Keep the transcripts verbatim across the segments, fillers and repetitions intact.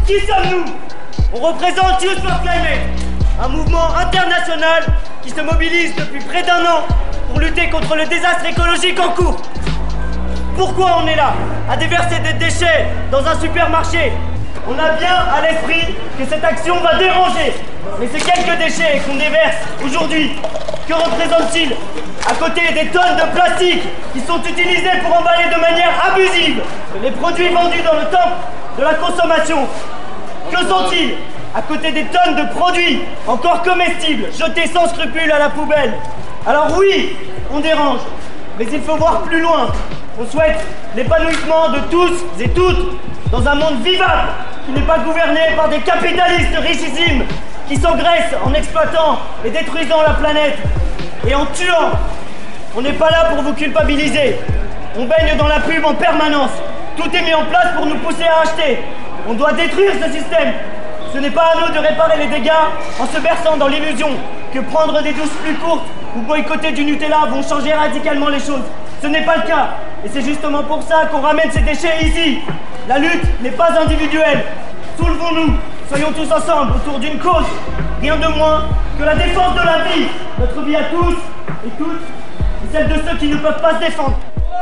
Qui sommes-nous? On représente Youth for Climate, un mouvement international qui se mobilise depuis près d'un an pour lutter contre le désastre écologique en cours. Pourquoi on est là, à déverser des déchets dans un supermarché? On a bien à l'esprit que cette action va déranger. Mais ces quelques déchets qu'on déverse aujourd'hui, que représentent-ils à côté des tonnes de plastique qui sont utilisés pour emballer de manière abusive les produits vendus dans le temple de la consommation? Que sont-ils à côté des tonnes de produits encore comestibles jetés sans scrupule à la poubelle? Alors oui, on dérange, mais il faut voir plus loin. On souhaite l'épanouissement de tous et toutes dans un monde vivable qui n'est pas gouverné par des capitalistes richissimes qui s'engraissent en exploitant et détruisant la planète et en tuant. On n'est pas là pour vous culpabiliser. On baigne dans la pub en permanence. Tout est mis en place pour nous pousser à acheter. On doit détruire ce système. Ce n'est pas à nous de réparer les dégâts en se berçant dans l'illusion que prendre des douches plus courtes ou boycotter du Nutella vont changer radicalement les choses. Ce n'est pas le cas. Et c'est justement pour ça qu'on ramène ces déchets ici. La lutte n'est pas individuelle. Soulevons-nous. Soyons tous ensemble autour d'une cause. Rien de moins que la défense de la vie. Notre vie à tous et toutes. Et celle de ceux qui ne peuvent pas se défendre.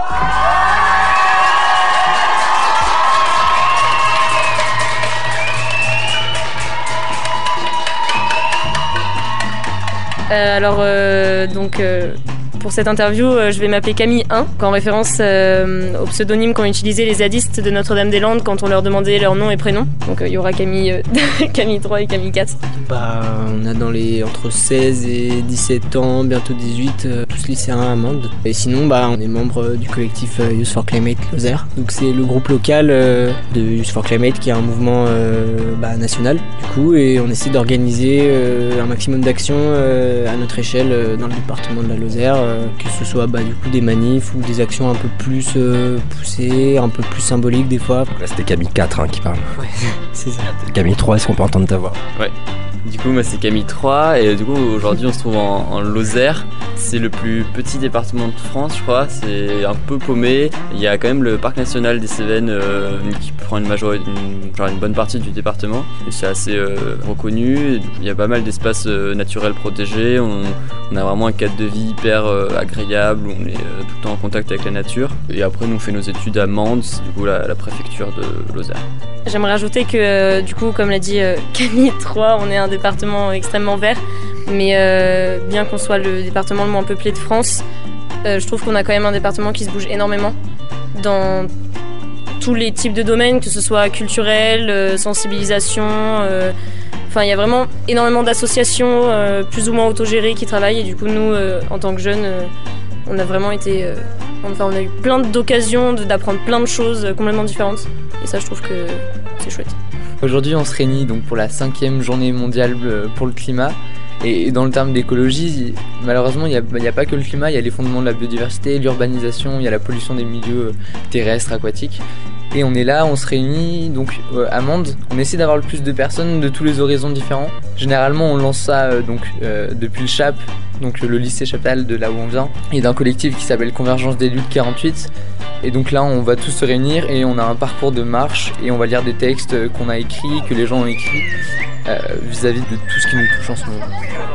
Euh, alors, euh, donc, euh, pour cette interview, euh, je vais m'appeler Camille un, en référence euh, au pseudonyme qu'ont utilisé les zadistes de Notre-Dame-des-Landes quand on leur demandait leur nom et prénom. Donc, il euh, y aura Camille, euh, Camille trois et Camille quatre. Bah, on a dans les entre seize et dix-sept ans, bientôt dix-huit, euh, tous lycéens à Mende. Et sinon, bah, on est membre du collectif euh, Youth for Climate Lozère. Donc, c'est le groupe local euh, de Youth for Climate qui est un mouvement euh, bah, national, du coup, et on essaie d'organiser euh, un maximum d'actions euh, à notre échelle euh, dans le département de la Lozère. Que ce soit bah, du coup des manifs ou des actions un peu plus euh, poussées, un peu plus symboliques des fois. Donc là c'était Camille quatre hein, qui parle. Ouais, c'est ça. Camille trois, est-ce qu'on peut entendre ta voix? Ouais. Du coup, moi c'est Camille trois et du coup aujourd'hui on se trouve en, en Lozère. C'est le plus petit département de France, je crois. C'est un peu paumé. Il y a quand même le parc national des Cévennes euh, qui prend une majorité, une, genre une bonne partie du département. Et c'est assez euh, reconnu. Et il y a pas mal d'espaces euh, naturels protégés. On, on a vraiment un cadre de vie hyper euh, agréable. Où on est euh, tout le temps en contact avec la nature. Et après, nous on fait nos études à Mende, du coup la, la préfecture de Lozère. J'aimerais rajouter que, euh, du coup, comme l'a dit euh, Camille trois, on est un département extrêmement vert. Mais euh, bien qu'on soit le département le moins peuplé de France, euh, je trouve qu'on a quand même un département qui se bouge énormément dans tous les types de domaines, que ce soit culturel, euh, sensibilisation. Euh, enfin, il y a vraiment énormément d'associations euh, plus ou moins autogérées qui travaillent. Et du coup, nous, euh, en tant que jeunes, euh, on a vraiment été... Euh, enfin, on a eu plein d'occasions de, d'apprendre plein de choses complètement différentes. Et ça, je trouve que c'est chouette. Aujourd'hui, on se réunit donc pour la cinquième journée mondiale pour le climat. Et dans le terme d'écologie, malheureusement, il n'y a, a pas que le climat, il y a les fondements de la biodiversité, l'urbanisation, il y a la pollution des milieux terrestres, aquatiques. Et on est là, on se réunit, donc euh, à Mende, on essaie d'avoir le plus de personnes de tous les horizons différents. Généralement, on lance ça euh, donc, euh, depuis le Chap, donc le lycée Chaptal de là où on vient, et d'un collectif qui s'appelle Convergence des luttes quarante-huit. Et donc là, on va tous se réunir et on a un parcours de marche et on va lire des textes qu'on a écrits, que les gens ont écrits, euh, vis-à-vis de tout ce qui nous touche en ce moment.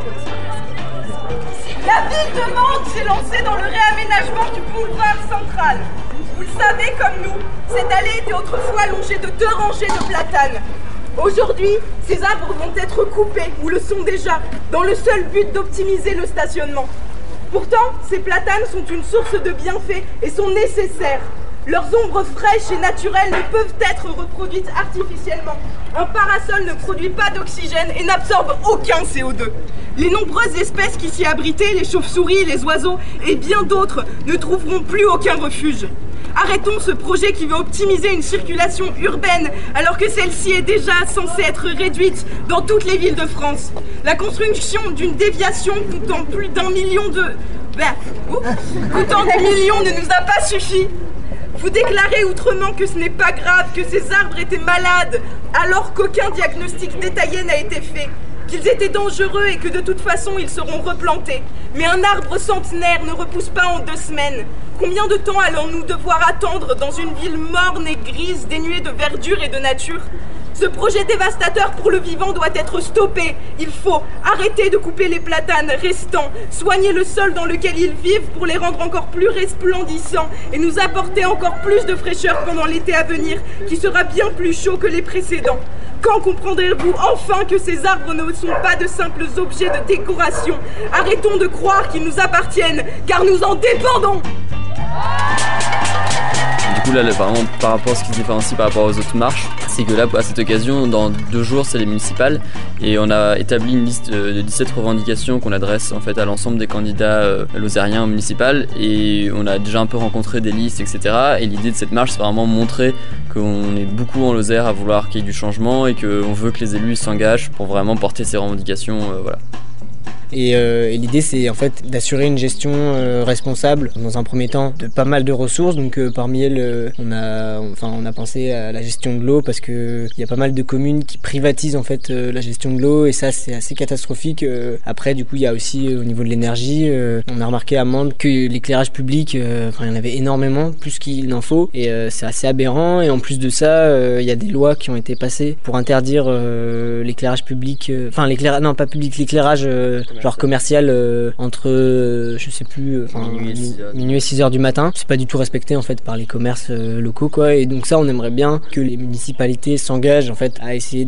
La ville de Mende s'est lancée dans le réaménagement du boulevard central. Vous le savez comme nous, cette allée était autrefois longée de deux rangées de platanes. Aujourd'hui, ces arbres vont être coupés, ou le sont déjà, dans le seul but d'optimiser le stationnement. Pourtant, ces platanes sont une source de bienfaits et sont nécessaires. Leurs ombres fraîches et naturelles ne peuvent être reproduites artificiellement. Un parasol ne produit pas d'oxygène et n'absorbe aucun C O deux. Les nombreuses espèces qui s'y abritaient, les chauves-souris, les oiseaux et bien d'autres, ne trouveront plus aucun refuge. Arrêtons ce projet qui veut optimiser une circulation urbaine alors que celle-ci est déjà censée être réduite dans toutes les villes de France. La construction d'une déviation coûtant plus d'un million de... Ben, coûtant des millions ne nous a pas suffi. Vous déclarez outrement que ce n'est pas grave, que ces arbres étaient malades, alors qu'aucun diagnostic détaillé n'a été fait, qu'ils étaient dangereux et que de toute façon ils seront replantés. Mais un arbre centenaire ne repousse pas en deux semaines. Combien de temps allons-nous devoir attendre dans une ville morne et grise, dénuée de verdure et de nature ? Ce projet dévastateur pour le vivant doit être stoppé. Il faut arrêter de couper les platanes restants, soigner le sol dans lequel ils vivent pour les rendre encore plus resplendissants et nous apporter encore plus de fraîcheur pendant l'été à venir, qui sera bien plus chaud que les précédents. Quand comprendrez-vous enfin que ces arbres ne sont pas de simples objets de décoration? Arrêtons de croire qu'ils nous appartiennent, car nous en dépendons. Du coup là, vraiment, par rapport à ce qui se différencie par rapport aux autres marches, c'est que là, à cette occasion, dans deux jours, c'est les municipales et on a établi une liste de dix-sept revendications qu'on adresse en fait à l'ensemble des candidats euh, lozériens municipales et on a déjà un peu rencontré des listes, et cetera. Et l'idée de cette marche, c'est vraiment montrer qu'on est beaucoup en Lozère à vouloir qu'il y ait du changement et qu'on veut que les élus s'engagent pour vraiment porter ces revendications, euh, voilà. Et, euh, et l'idée, c'est en fait d'assurer une gestion euh, responsable, dans un premier temps, de pas mal de ressources. Donc euh, parmi elles, euh, on a, enfin, on a pensé à la gestion de l'eau parce que il y a pas mal de communes qui privatisent en fait euh, la gestion de l'eau et ça, c'est assez catastrophique. Euh, après, du coup, il y a aussi euh, au niveau de l'énergie, euh, on a remarqué à Mende que l'éclairage public, euh, enfin, il y en avait énormément, plus qu'il n'en faut, et euh, c'est assez aberrant. Et en plus de ça, euh, il y a des lois qui ont été passées pour interdire euh, l'éclairage public, enfin euh, l'éclairage, non pas public, l'éclairage euh, genre commercial euh, entre euh, je sais plus euh, minuit et six heures du matin. C'est pas du tout respecté en fait par les commerces euh, locaux quoi, et donc ça on aimerait bien que les municipalités s'engagent en fait à essayer de,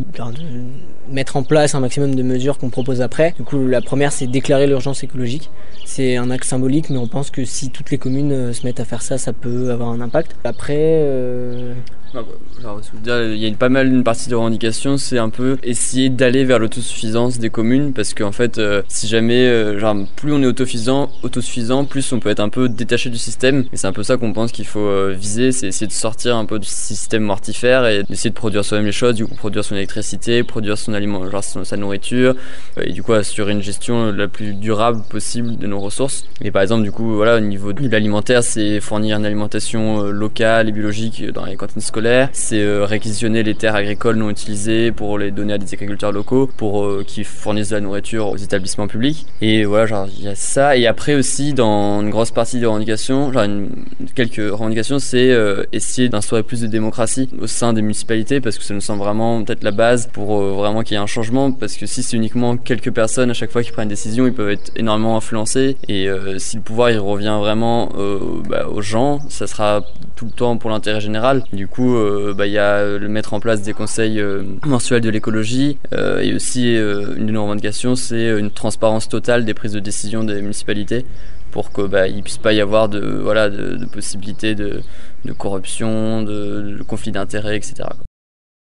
de mettre en place un maximum de mesures qu'on propose après. Du coup la première c'est déclarer l'urgence écologique. C'est un acte symbolique mais on pense que si toutes les communes euh, se mettent à faire ça, ça peut avoir un impact. Après euh... Genre, il y a pas mal une partie de revendication, c'est un peu essayer d'aller vers l'autosuffisance des communes parce qu'en fait, euh, si jamais, euh, genre, plus on est autosuffisant, autosuffisant, plus on peut être un peu détaché du système. Et c'est un peu ça qu'on pense qu'il faut euh, viser, c'est essayer de sortir un peu du système mortifère et d'essayer de produire soi-même les choses, du coup produire son électricité, produire son aliment, genre son, sa nourriture, euh, et du coup assurer une gestion la plus durable possible de nos ressources. Et par exemple, du coup, voilà, au niveau de l'alimentaire, c'est fournir une alimentation euh, locale et biologique dans les cantines scolaires. C'est euh, réquisitionner les terres agricoles non utilisées pour les donner à des agriculteurs locaux pour euh, qu'ils fournissent de la nourriture aux établissements publics. Et voilà, genre il y a ça. Et après aussi, dans une grosse partie des revendications, genre une, quelques revendications, c'est euh, essayer d'instaurer plus de démocratie au sein des municipalités parce que ça nous semble vraiment peut-être la base pour euh, vraiment qu'il y ait un changement. Parce que si c'est uniquement quelques personnes à chaque fois qui prennent une décision, ils peuvent être énormément influencés. Et euh, si le pouvoir il revient vraiment euh, bah, aux gens, ça sera tout le temps pour l'intérêt général. Du coup, il euh, bah, y a le mettre en place des conseils euh, mensuels de l'écologie euh, et aussi euh, une de nos revendications c'est une transparence totale des prises de décision des municipalités pour qu'il bah, ne puisse pas y avoir de, voilà, de, de possibilités de, de corruption, de, de conflit d'intérêts, et cetera.